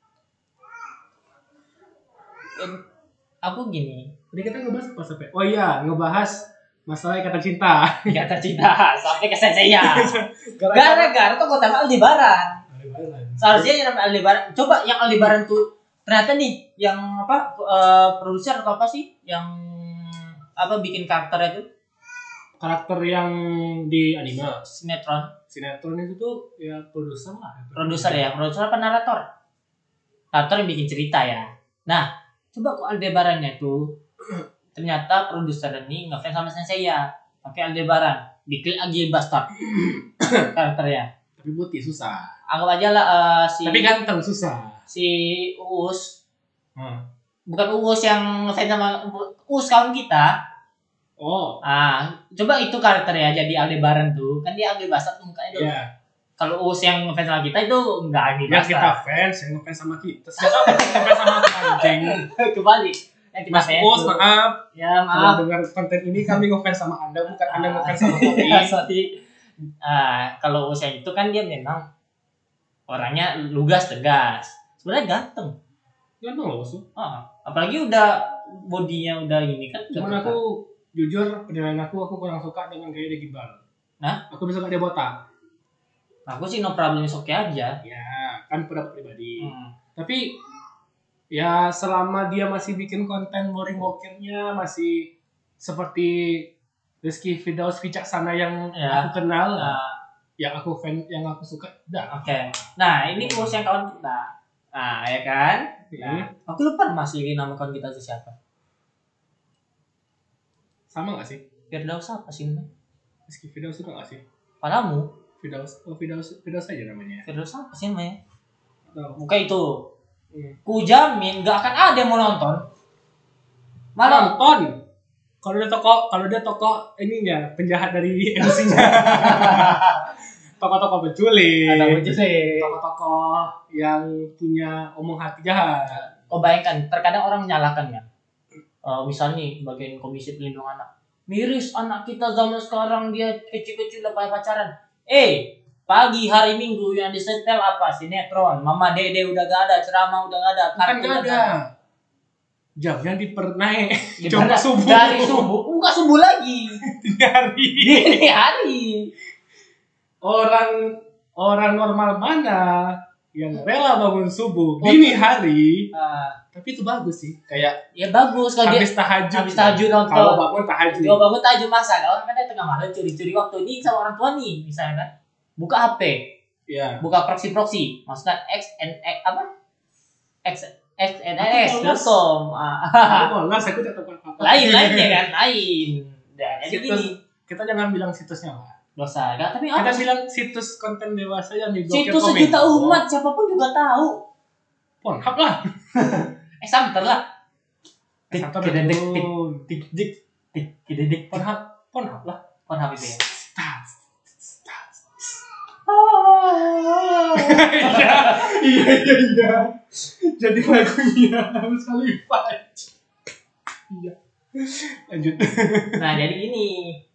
Dan aku gini,
Tadi kita ngebahas apa sampai? Oh iya, ngebahas masalah ikatan cinta.
kata cinta sampai ke Senseiya. Gara-gara tuh kota Aldebaran. Seharusnya yang namanya Aldebaran. Coba yang Aldebaran tuh ternyata nih yang apa uh, produser atau apa sih yang apa bikin karakter itu
Karakter yang di anime,
sinetron.
sinetron itu tuh ya produser lah.
Produser ya, produser apa narator? Narator yang bikin cerita ya. Nah, coba kok Aldebarannya tuh ternyata produser ini ngefans sama Senseiya. Pakai Aldebaran, bikin lagi bastard karakternya.
Tapi putih susah.
Anggap aja lah uh, si
Tapi ganteng susah.
si Uus,
Hmm.
bukan Uus yang ngefans sama Uus kawan kita.
Oh.
Ah, coba itu karakternya jadi Aldebaran tuh. Kan dia agak bastard tuh mukanya tuh.
Iya.
Kalau Uus yang ngefans sama kita itu enggak agak
Ya
bastard.
kita fans, yang ngefans sama kita. Siapa yang ngefans sama anjing?
Kebalik. Yang kita
Mas
fans
Us,
tuh.
maaf.
Ya,
Kalau
maaf.
dengar konten ini kami ngefans sama Anda, bukan Anda ngefans sama kami.
Ya, sorry. Ah, kalau Uus yang itu kan dia memang orangnya lugas tegas. Sebenarnya ganteng.
Ganteng loh, Us.
Ah, apalagi udah bodinya udah ini kan. udah
Cuman
tegas.
aku jujur penilaian aku aku kurang suka dengan gaya dia gimbal.
Nah?
Aku bisa suka dia botak.
Aku sih no problem oke aja.
Ya, kan pendapat pribadi.
Hmm.
Tapi ya selama dia masih bikin konten boring bokirnya masih seperti Rizky Firdaus Wicaksana yang
Ya.
aku kenal,
Ah,
yang aku fan, yang aku suka, dah.
Oke. Nah, ini Uus yang kawan kita. Nah, ya kan? Nah, aku lupa masih nama kawan kita itu siapa.
Sama gak sih?
Firdaus apa sih namanya?
Rizky Firdaus suka gak sih?
Padamu?
Firdaus, oh Firdaus, Firdaus aja namanya.
Firdaus apa sih namanya?
Atau
Bukan itu.
hmm.
Ku jamin gak akan ada yang mau nonton. Malah
nonton. Kalau dia tokoh, kalau dia tokoh ininya penjahat dari M C-nya. Tokoh-tokoh penculik.
ada sih.
Tokoh-tokoh yang punya omong hati jahat.
Kau bayangkan, terkadang orang menyalahkan ya. Uh, misalnya nih, bagian Komisi Pelindungan Anak. Miris anak kita zaman sekarang dia kecil-kecil udah pacaran. Eh, pagi hari Minggu yang disetel apa? Sinetron. Mama Dede udah gak ada, ceramah udah gak ada.
Kan
kartun
gak
udah
ada. Jamnya dipernaik.
Di
Coba
mana?
subuh.
Dari subuh, enggak subuh lagi.
Dini hari.
Dini hari.
Orang orang normal mana yang rela bangun
Oh.
subuh dini hari?
Uh,
Tapi itu bagus sih. Kayak
ya bagus kalau dia
habis tahajud.
habis tahajud nonton.
Kalau bangun tahajud.
Kalau bangun tahajud masa orang kan tengah malam curi-curi waktu ini sama orang tua nih misalnya kan. Buka H P,
Iya.
buka proxy-proxy, maksudnya X N X apa? X X N S
Aku malas.
dot com. Ah,
Aku malas, aku tidak tahu apa-apa.
lain lainnya kan, lain. Nah, jadi
Situs,
gini,
kita jangan bilang situsnya lah.
dosa kan? Tapi
Kita
apa?
bilang situs konten dewasa yang diblokir
Situs sejuta umat siapapun juga tahu.
Pornhub lah.
Eh, santer lah. tik
Satu
kita dik tik
betul.
tik dik tik kita dik
Pornhub, Pornhub lah.
Pornhub itu ya.
Iya, iya, iya, iya. Jadi lagunya harus kali Iya. Lanjut.
Nah jadi ini